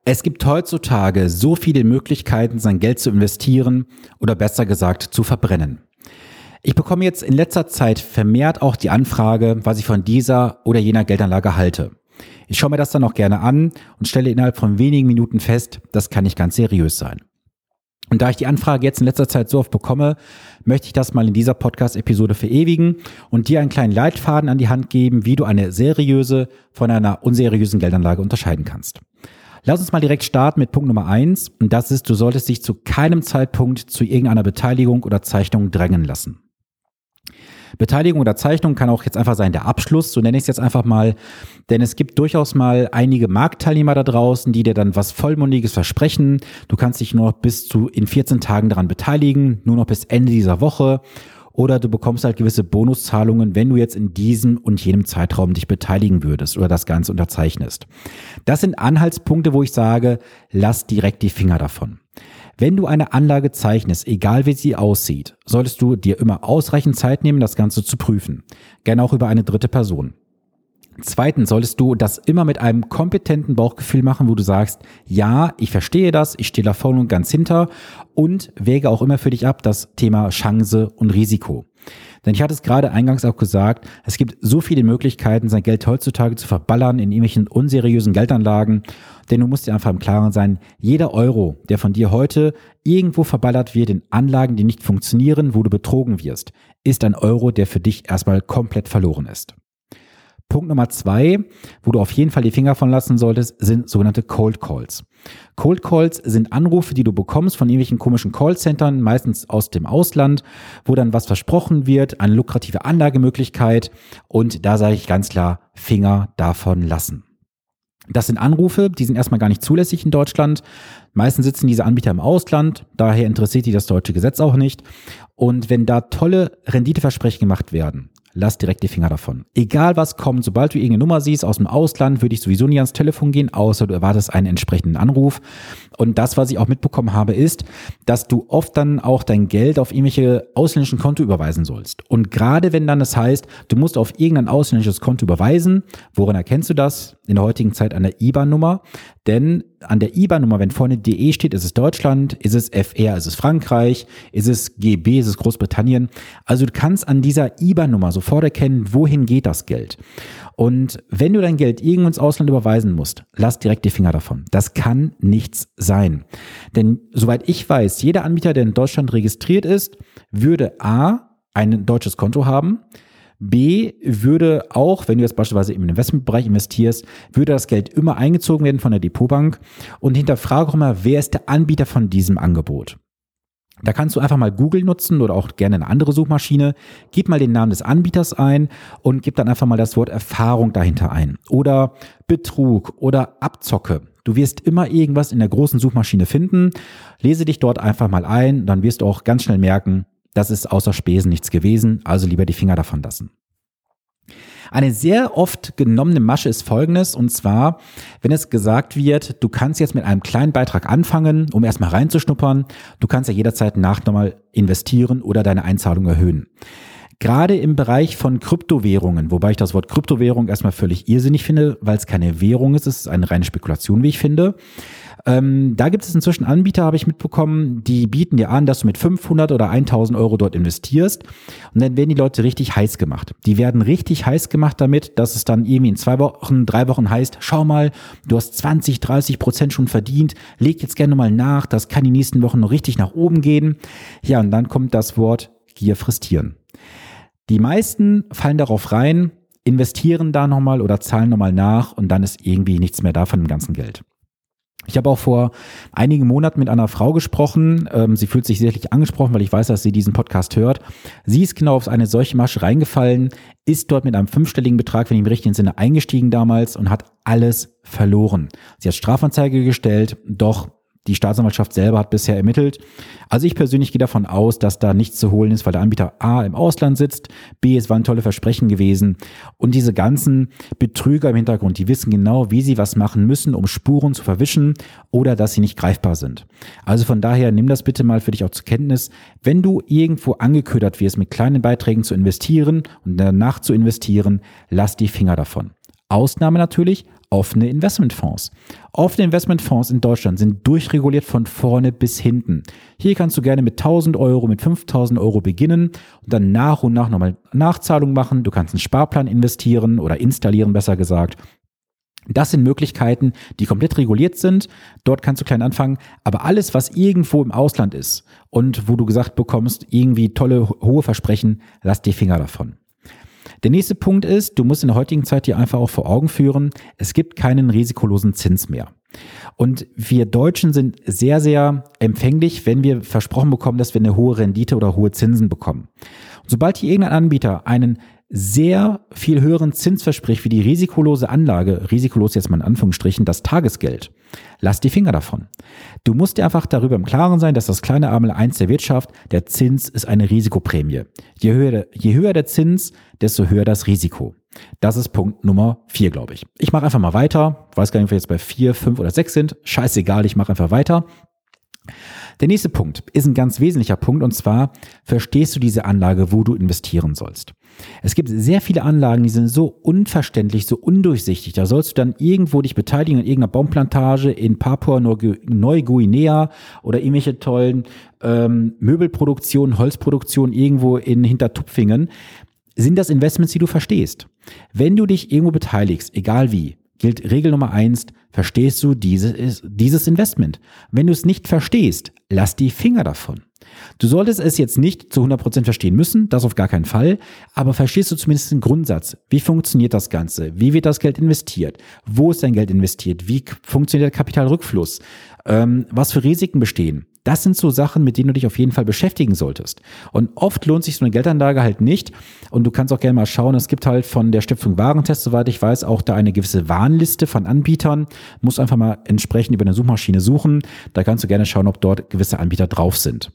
Es gibt heutzutage so viele Möglichkeiten, sein Geld zu investieren oder besser gesagt zu verbrennen. Ich bekomme jetzt in letzter Zeit vermehrt auch die Anfrage, was ich von dieser oder jener Geldanlage halte. Ich schaue mir das dann auch gerne an und stelle innerhalb von wenigen Minuten fest, das kann nicht ganz seriös sein. Und da ich die Anfrage jetzt in letzter Zeit so oft bekomme, möchte ich das mal in dieser Podcast-Episode verewigen und dir einen kleinen Leitfaden an die Hand geben, wie du eine seriöse von einer unseriösen Geldanlage unterscheiden kannst. Lass uns mal direkt starten mit Punkt Nummer 1 und das ist, du solltest dich zu keinem Zeitpunkt zu irgendeiner Beteiligung oder Zeichnung drängen lassen. Beteiligung oder Zeichnung kann auch jetzt einfach sein der Abschluss, so nenne ich es jetzt einfach mal, denn es gibt durchaus mal einige Marktteilnehmer da draußen, die dir dann was Vollmundiges versprechen. Du kannst dich nur noch bis zu in 14 Tagen daran beteiligen, nur noch bis Ende dieser Woche. Oder du bekommst halt gewisse Bonuszahlungen, wenn du jetzt in diesem und jenem Zeitraum dich beteiligen würdest oder das Ganze unterzeichnest. Das sind Anhaltspunkte, wo ich sage, lass direkt die Finger davon. Wenn du eine Anlage zeichnest, egal wie sie aussieht, solltest du dir immer ausreichend Zeit nehmen, das Ganze zu prüfen. Gerne auch über eine dritte Person. Zweitens solltest du das immer mit einem kompetenten Bauchgefühl machen, wo du sagst, ja, ich verstehe das, ich stehe da voll und ganz hinter und wäge auch immer für dich ab das Thema Chance und Risiko. Denn ich hatte es gerade eingangs auch gesagt, es gibt so viele Möglichkeiten, sein Geld heutzutage zu verballern in irgendwelchen unseriösen Geldanlagen, denn du musst dir einfach im Klaren sein, jeder Euro, der von dir heute irgendwo verballert wird in Anlagen, die nicht funktionieren, wo du betrogen wirst, ist ein Euro, der für dich erstmal komplett verloren ist. Punkt Nummer 2, wo du auf jeden Fall die Finger von lassen solltest, sind sogenannte Cold Calls. Cold Calls sind Anrufe, die du bekommst von irgendwelchen komischen Callcentern, meistens aus dem Ausland, wo dann was versprochen wird, eine lukrative Anlagemöglichkeit und da sage ich ganz klar, Finger davon lassen. Das sind Anrufe, die sind erstmal gar nicht zulässig in Deutschland. Meistens sitzen diese Anbieter im Ausland, daher interessiert die das deutsche Gesetz auch nicht. Und wenn da tolle Renditeversprechen gemacht werden, lass direkt die Finger davon. Egal was kommt, sobald du irgendeine Nummer siehst aus dem Ausland, würde ich sowieso nie ans Telefon gehen, außer du erwartest einen entsprechenden Anruf. Und das, was ich auch mitbekommen habe, ist, dass du oft dann auch dein Geld auf irgendwelche ausländischen Konto überweisen sollst. Und gerade wenn dann es heißt, du musst auf irgendein ausländisches Konto überweisen, woran erkennst du das? In der heutigen Zeit an der IBAN-Nummer. Denn an der IBAN-Nummer, wenn vorne DE steht, ist es Deutschland, ist es FR, ist es Frankreich, ist es GB, ist es Großbritannien. Also du kannst an dieser IBAN-Nummer sofort erkennen, wohin geht das Geld. Und wenn du dein Geld irgendwo ins Ausland überweisen musst, lass direkt die Finger davon. Das kann nichts sein. Denn soweit ich weiß, jeder Anbieter, der in Deutschland registriert ist, würde A, ein deutsches Konto haben, B, würde auch, wenn du jetzt beispielsweise im Investmentbereich investierst, würde das Geld immer eingezogen werden von der Depotbank und hinterfrage auch immer, wer ist der Anbieter von diesem Angebot. Da kannst du einfach mal Google nutzen oder auch gerne eine andere Suchmaschine. Gib mal den Namen des Anbieters ein und gib dann einfach mal das Wort Erfahrung dahinter ein. Oder Betrug oder Abzocke. Du wirst immer irgendwas in der großen Suchmaschine finden. Lese dich dort einfach mal ein, dann wirst du auch ganz schnell merken, das ist außer Spesen nichts gewesen, also lieber die Finger davon lassen. Eine sehr oft genommene Masche ist folgendes, und zwar, wenn es gesagt wird, du kannst jetzt mit einem kleinen Beitrag anfangen, um erstmal reinzuschnuppern, du kannst ja jederzeit nochmal investieren oder deine Einzahlung erhöhen. Gerade im Bereich von Kryptowährungen, wobei ich das Wort Kryptowährung erstmal völlig irrsinnig finde, weil es keine Währung ist, es ist eine reine Spekulation, wie ich finde. Da gibt es inzwischen Anbieter, habe ich mitbekommen, die bieten dir an, dass du mit 500 oder 1000 Euro dort investierst und dann werden die Leute richtig heiß gemacht. Die werden richtig heiß gemacht damit, dass es dann irgendwie in 2 Wochen, 3 Wochen heißt, schau mal, du hast 20-30% schon verdient, leg jetzt gerne mal nach, das kann die nächsten Wochen noch richtig nach oben gehen. Ja, und dann kommt das Wort Gier frisst Hirn. Die meisten fallen darauf rein, investieren da nochmal oder zahlen nochmal nach und dann ist irgendwie nichts mehr da von dem ganzen Geld. Ich habe auch vor einigen Monaten mit einer Frau gesprochen. Sie fühlt sich sicherlich angesprochen, weil ich weiß, dass sie diesen Podcast hört. Sie ist genau auf eine solche Masche reingefallen, ist dort mit einem 5-stelligen Betrag, wenn ich im richtigen Sinne, eingestiegen damals und hat alles verloren. Sie hat Strafanzeige gestellt, doch die Staatsanwaltschaft selber hat bisher ermittelt. Also ich persönlich gehe davon aus, dass da nichts zu holen ist, weil der Anbieter A im Ausland sitzt, B, es waren tolle Versprechen gewesen und diese ganzen Betrüger im Hintergrund, die wissen genau, wie sie was machen müssen, um Spuren zu verwischen oder dass sie nicht greifbar sind. Also von daher nimm das bitte mal für dich auch zur Kenntnis. Wenn du irgendwo angeködert wirst, mit kleinen Beiträgen zu investieren und danach zu investieren, lass die Finger davon. Ausnahme natürlich offene Investmentfonds. Offene Investmentfonds in Deutschland sind durchreguliert von vorne bis hinten. Hier kannst du gerne mit 1.000 Euro, mit 5.000 Euro beginnen und dann nach und nach nochmal Nachzahlungen machen. Du kannst einen Sparplan investieren oder installieren, besser gesagt. Das sind Möglichkeiten, die komplett reguliert sind. Dort kannst du klein anfangen. Aber alles, was irgendwo im Ausland ist und wo du gesagt bekommst, irgendwie tolle, hohe Versprechen, lass die Finger davon. Der nächste Punkt ist, du musst in der heutigen Zeit dir einfach auch vor Augen führen, es gibt keinen risikolosen Zins mehr. Und wir Deutschen sind sehr, sehr empfänglich, wenn wir versprochen bekommen, dass wir eine hohe Rendite oder hohe Zinsen bekommen. Und sobald hier irgendein Anbieter einen sehr viel höheren Zins verspricht wie die risikolose Anlage, risikolos jetzt mal in Anführungsstrichen, das Tagesgeld, lass die Finger davon. Du musst dir einfach darüber im Klaren sein, dass das kleine Einmal eins der Wirtschaft, der Zins ist eine Risikoprämie. Je höher der Zins, desto höher das Risiko. Das ist Punkt Nummer 4, glaube ich. Ich mache einfach mal weiter. Ich weiß gar nicht, ob wir jetzt bei 4, 5 oder 6 sind. Scheißegal, ich mache einfach weiter. Der nächste Punkt ist ein ganz wesentlicher Punkt, und zwar verstehst du diese Anlage, wo du investieren sollst. Es gibt sehr viele Anlagen, die sind so unverständlich, so undurchsichtig. Da sollst du dann irgendwo dich beteiligen an irgendeiner Baumplantage in Papua-Neuguinea oder irgendwelche tollen Möbelproduktionen, Holzproduktionen irgendwo in Hintertupfingen. Sind das Investments, die du verstehst? Wenn du dich irgendwo beteiligst, egal wie, gilt Regel Nummer 1, verstehst du dieses Investment. Wenn du es nicht verstehst, lass die Finger davon. Du solltest es jetzt nicht zu 100% verstehen müssen, das auf gar keinen Fall, aber verstehst du zumindest den Grundsatz. Wie funktioniert das Ganze? Wie wird das Geld investiert? Wo ist dein Geld investiert? Wie funktioniert der Kapitalrückfluss? Was für Risiken bestehen? Das sind so Sachen, mit denen du dich auf jeden Fall beschäftigen solltest. Und oft lohnt sich so eine Geldanlage halt nicht. Und du kannst auch gerne mal schauen, es gibt halt von der Stiftung Warentest, soweit ich weiß, auch da eine gewisse Warnliste von Anbietern. Musst einfach mal entsprechend über eine Suchmaschine suchen. Da kannst du gerne schauen, ob dort gewisse Anbieter drauf sind.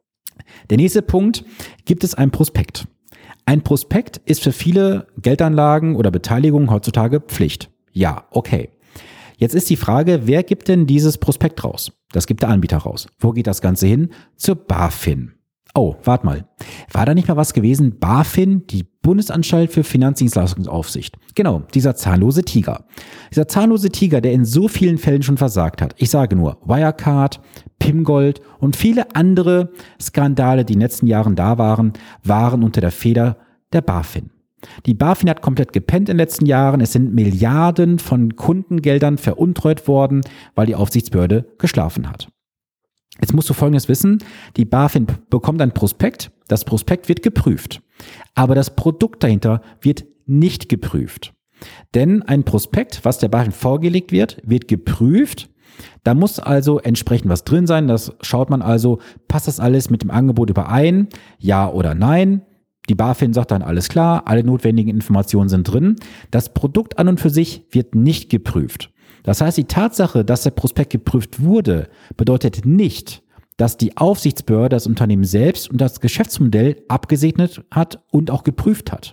Der nächste Punkt, gibt es ein Prospekt. Ein Prospekt ist für viele Geldanlagen oder Beteiligungen heutzutage Pflicht. Ja, okay. Jetzt ist die Frage, wer gibt denn dieses Prospekt raus? Das gibt der Anbieter raus. Wo geht das Ganze hin? Zur BaFin. Oh, warte mal. War da nicht mal was gewesen? BaFin, die Bundesanstalt für Finanzdienstleistungsaufsicht. Genau, dieser zahnlose Tiger. Dieser zahnlose Tiger, der in so vielen Fällen schon versagt hat. Ich sage nur Wirecard, Pimgold und viele andere Skandale, die in den letzten Jahren da waren, waren unter der Feder der BaFin. Die BaFin hat komplett gepennt in den letzten Jahren. Es sind Milliarden von Kundengeldern veruntreut worden, weil die Aufsichtsbehörde geschlafen hat. Jetzt musst du Folgendes wissen. Die BaFin bekommt ein Prospekt. Das Prospekt wird geprüft. Aber das Produkt dahinter wird nicht geprüft. Denn ein Prospekt, was der BaFin vorgelegt wird, wird geprüft. Da muss also entsprechend was drin sein. Das schaut man also, passt das alles mit dem Angebot überein? Ja oder nein? Die BaFin sagt dann, alles klar, alle notwendigen Informationen sind drin. Das Produkt an und für sich wird nicht geprüft. Das heißt, die Tatsache, dass der Prospekt geprüft wurde, bedeutet nicht, dass die Aufsichtsbehörde das Unternehmen selbst und das Geschäftsmodell abgesegnet hat und auch geprüft hat.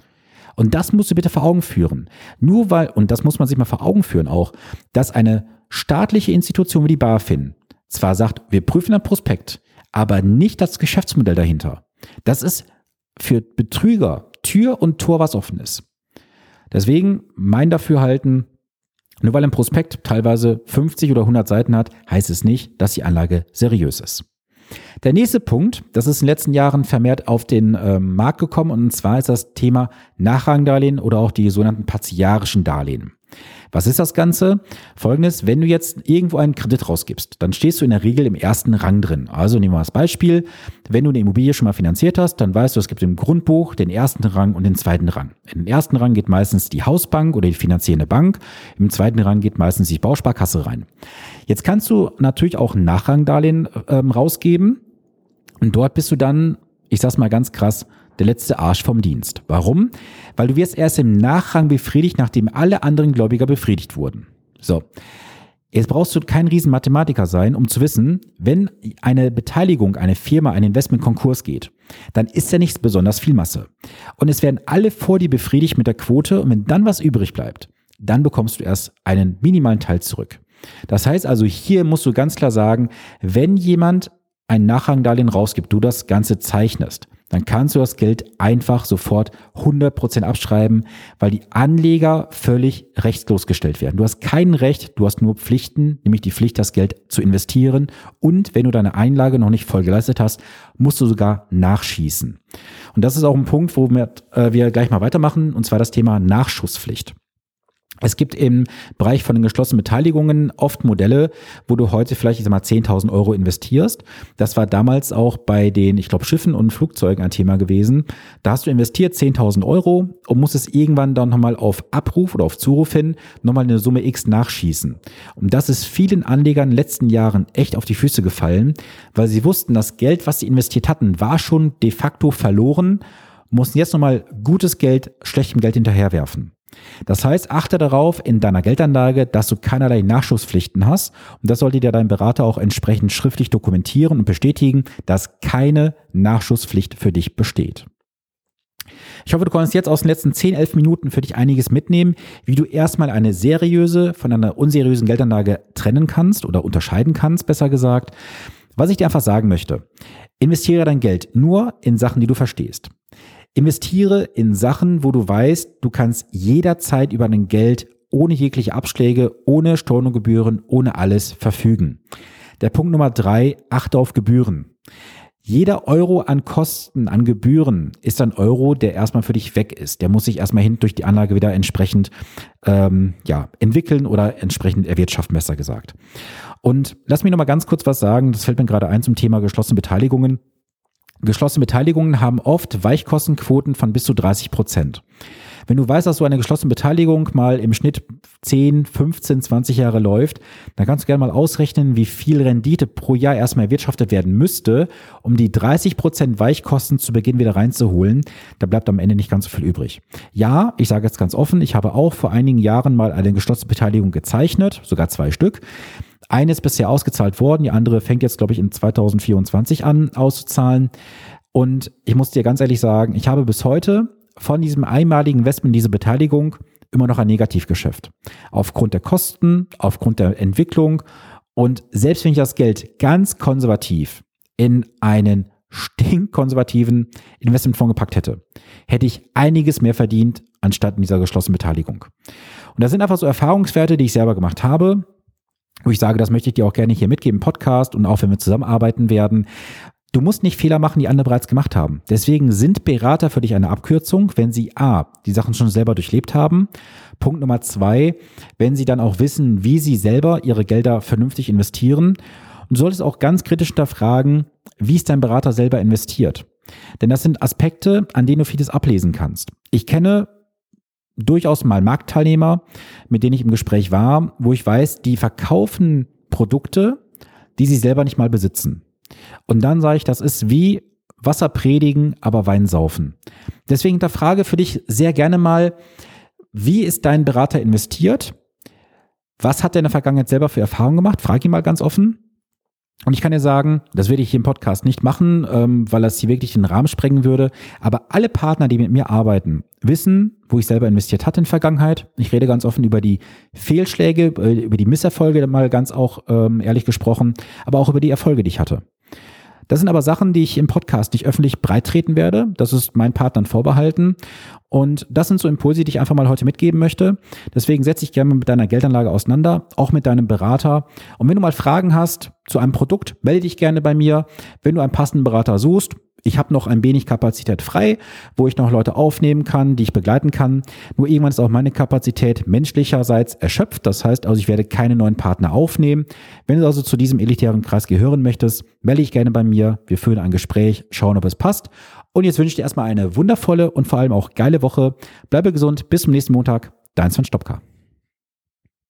Und das musst du bitte vor Augen führen. Nur weil, und das muss man sich mal vor Augen führen auch, dass eine staatliche Institution wie die BaFin zwar sagt, wir prüfen ein Prospekt, aber nicht das Geschäftsmodell dahinter. Das ist für Betrüger Tür und Tor, was offen ist. Deswegen mein Dafürhalten, nur weil ein Prospekt teilweise 50 oder 100 Seiten hat, heißt es nicht, dass die Anlage seriös ist. Der nächste Punkt, das ist in den letzten Jahren vermehrt auf den Markt gekommen, und zwar ist das Thema Nachrangdarlehen oder auch die sogenannten partiarischen Darlehen. Was ist das Ganze? Folgendes, wenn du jetzt irgendwo einen Kredit rausgibst, dann stehst du in der Regel im ersten Rang drin. Also nehmen wir das Beispiel, wenn du eine Immobilie schon mal finanziert hast, dann weißt du, es gibt im Grundbuch den ersten Rang und den zweiten Rang. In den ersten Rang geht meistens die Hausbank oder die finanzierende Bank, im zweiten Rang geht meistens die Bausparkasse rein. Jetzt kannst du natürlich auch ein Nachrangdarlehen rausgeben und dort bist du dann, ich sag's mal ganz krass, der letzte Arsch vom Dienst. Warum? Weil du wirst erst im Nachrang befriedigt, nachdem alle anderen Gläubiger befriedigt wurden. So. Jetzt brauchst du kein Riesenmathematiker sein, um zu wissen, wenn eine Beteiligung, eine Firma, ein Investment Konkurs geht, dann ist ja nichts besonders viel Masse. Und es werden alle vor dir befriedigt mit der Quote, und wenn dann was übrig bleibt, dann bekommst du erst einen minimalen Teil zurück. Das heißt also, hier musst du ganz klar sagen, wenn jemand ein Nachrangdarlehen rausgibt, du das Ganze zeichnest, dann kannst du das Geld einfach sofort 100% abschreiben, weil die Anleger völlig rechtslos gestellt werden. Du hast kein Recht, du hast nur Pflichten, nämlich die Pflicht, das Geld zu investieren. Und wenn du deine Einlage noch nicht voll geleistet hast, musst du sogar nachschießen. Und das ist auch ein Punkt, wo wir gleich mal weitermachen, und zwar das Thema Nachschusspflicht. Es gibt im Bereich von den geschlossenen Beteiligungen oft Modelle, wo du heute vielleicht, 10.000 Euro investierst. Das war damals auch bei den, Schiffen und Flugzeugen ein Thema gewesen. Da hast du investiert 10.000 Euro und musstest irgendwann dann nochmal auf Abruf oder auf Zuruf hin nochmal eine Summe X nachschießen. Und das ist vielen Anlegern in den letzten Jahren echt auf die Füße gefallen, weil sie wussten, das Geld, was sie investiert hatten, war schon de facto verloren, mussten jetzt nochmal gutes Geld schlechtem Geld hinterherwerfen. Das heißt, achte darauf in deiner Geldanlage, dass du keinerlei Nachschusspflichten hast, und das sollte dir dein Berater auch entsprechend schriftlich dokumentieren und bestätigen, dass keine Nachschusspflicht für dich besteht. Ich hoffe, du konntest jetzt aus den letzten 10-11 Minuten für dich einiges mitnehmen, wie du erstmal eine seriöse von einer unseriösen Geldanlage trennen kannst oder unterscheiden kannst, besser gesagt. Was ich dir einfach sagen möchte: Investiere dein Geld nur in Sachen, die du verstehst. Investiere in Sachen, wo du weißt, du kannst jederzeit über dein Geld ohne jegliche Abschläge, ohne Steuern und Gebühren, ohne alles verfügen. Der Punkt Nummer 3, achte auf Gebühren. Jeder Euro an Kosten, an Gebühren ist ein Euro, der erstmal für dich weg ist. Der muss sich erstmal durch die Anlage wieder entsprechend entwickeln oder entsprechend erwirtschaften, besser gesagt. Und lass mich nochmal ganz kurz was sagen, das fällt mir gerade ein zum Thema geschlossene Beteiligungen. Geschlossene Beteiligungen haben oft Weichkostenquoten von bis zu 30%. Wenn du weißt, dass so eine geschlossene Beteiligung mal im Schnitt 10, 15, 20 Jahre läuft, dann kannst du gerne mal ausrechnen, wie viel Rendite pro Jahr erstmal erwirtschaftet werden müsste, um die 30% Weichkosten zu Beginn wieder reinzuholen. Da bleibt am Ende nicht ganz so viel übrig. Ja, ich sage jetzt ganz offen, ich habe auch vor einigen Jahren mal eine geschlossene Beteiligung gezeichnet, sogar 2 Stück. Eine ist bisher ausgezahlt worden, die andere fängt jetzt, glaube ich, in 2024 an auszuzahlen. Und ich muss dir ganz ehrlich sagen, ich habe bis heute von diesem einmaligen Investment in diese Beteiligung immer noch ein Negativgeschäft. Aufgrund der Kosten, aufgrund der Entwicklung. Und selbst wenn ich das Geld ganz konservativ in einen stinkkonservativen Investmentfonds gepackt hätte, hätte ich einiges mehr verdient, anstatt in dieser geschlossenen Beteiligung. Und das sind einfach so Erfahrungswerte, die ich selber gemacht habe, wo ich sage, das möchte ich dir auch gerne hier mitgeben im Podcast und auch wenn wir zusammenarbeiten werden. Du musst nicht Fehler machen, die andere bereits gemacht haben. Deswegen sind Berater für dich eine Abkürzung, wenn sie die Sachen schon selber durchlebt haben. Punkt Nummer 2, wenn sie dann auch wissen, wie sie selber ihre Gelder vernünftig investieren. Und du solltest auch ganz kritisch hinterfragen, wie ist dein Berater selber investiert. Denn das sind Aspekte, an denen du vieles ablesen kannst. Ich kenne durchaus mal Marktteilnehmer, mit denen ich im Gespräch war, wo ich weiß, die verkaufen Produkte, die sie selber nicht mal besitzen. Und dann sage ich, das ist wie Wasser predigen, aber Wein saufen. Deswegen hinterfrage für dich sehr gerne mal, wie ist dein Berater investiert? Was hat er in der Vergangenheit selber für Erfahrungen gemacht? Frag ihn mal ganz offen. Und ich kann dir sagen, das werde ich hier im Podcast nicht machen, weil das hier wirklich den Rahmen sprengen würde. Aber alle Partner, die mit mir arbeiten, wissen, wo ich selber investiert hatte in der Vergangenheit. Ich rede ganz offen über die Fehlschläge, über die Misserfolge, mal ganz auch ehrlich gesprochen, aber auch über die Erfolge, die ich hatte. Das sind aber Sachen, die ich im Podcast nicht öffentlich breittreten werde. Das ist meinen Partnern vorbehalten. Und das sind so Impulse, die ich einfach mal heute mitgeben möchte. Deswegen setze ich gerne mit deiner Geldanlage auseinander, auch mit deinem Berater. Und wenn du mal Fragen hast zu einem Produkt, melde dich gerne bei mir. Wenn du einen passenden Berater suchst, ich habe noch ein wenig Kapazität frei, wo ich noch Leute aufnehmen kann, die ich begleiten kann. Nur irgendwann ist auch meine Kapazität menschlicherseits erschöpft. Das heißt also, ich werde keine neuen Partner aufnehmen. Wenn du also zu diesem elitären Kreis gehören möchtest, melde dich gerne bei mir. Wir führen ein Gespräch, schauen, ob es passt. Und jetzt wünsche ich dir erstmal eine wundervolle und vor allem auch geile Woche. Bleibe gesund. Bis zum nächsten Montag. Dein Sven Stopka.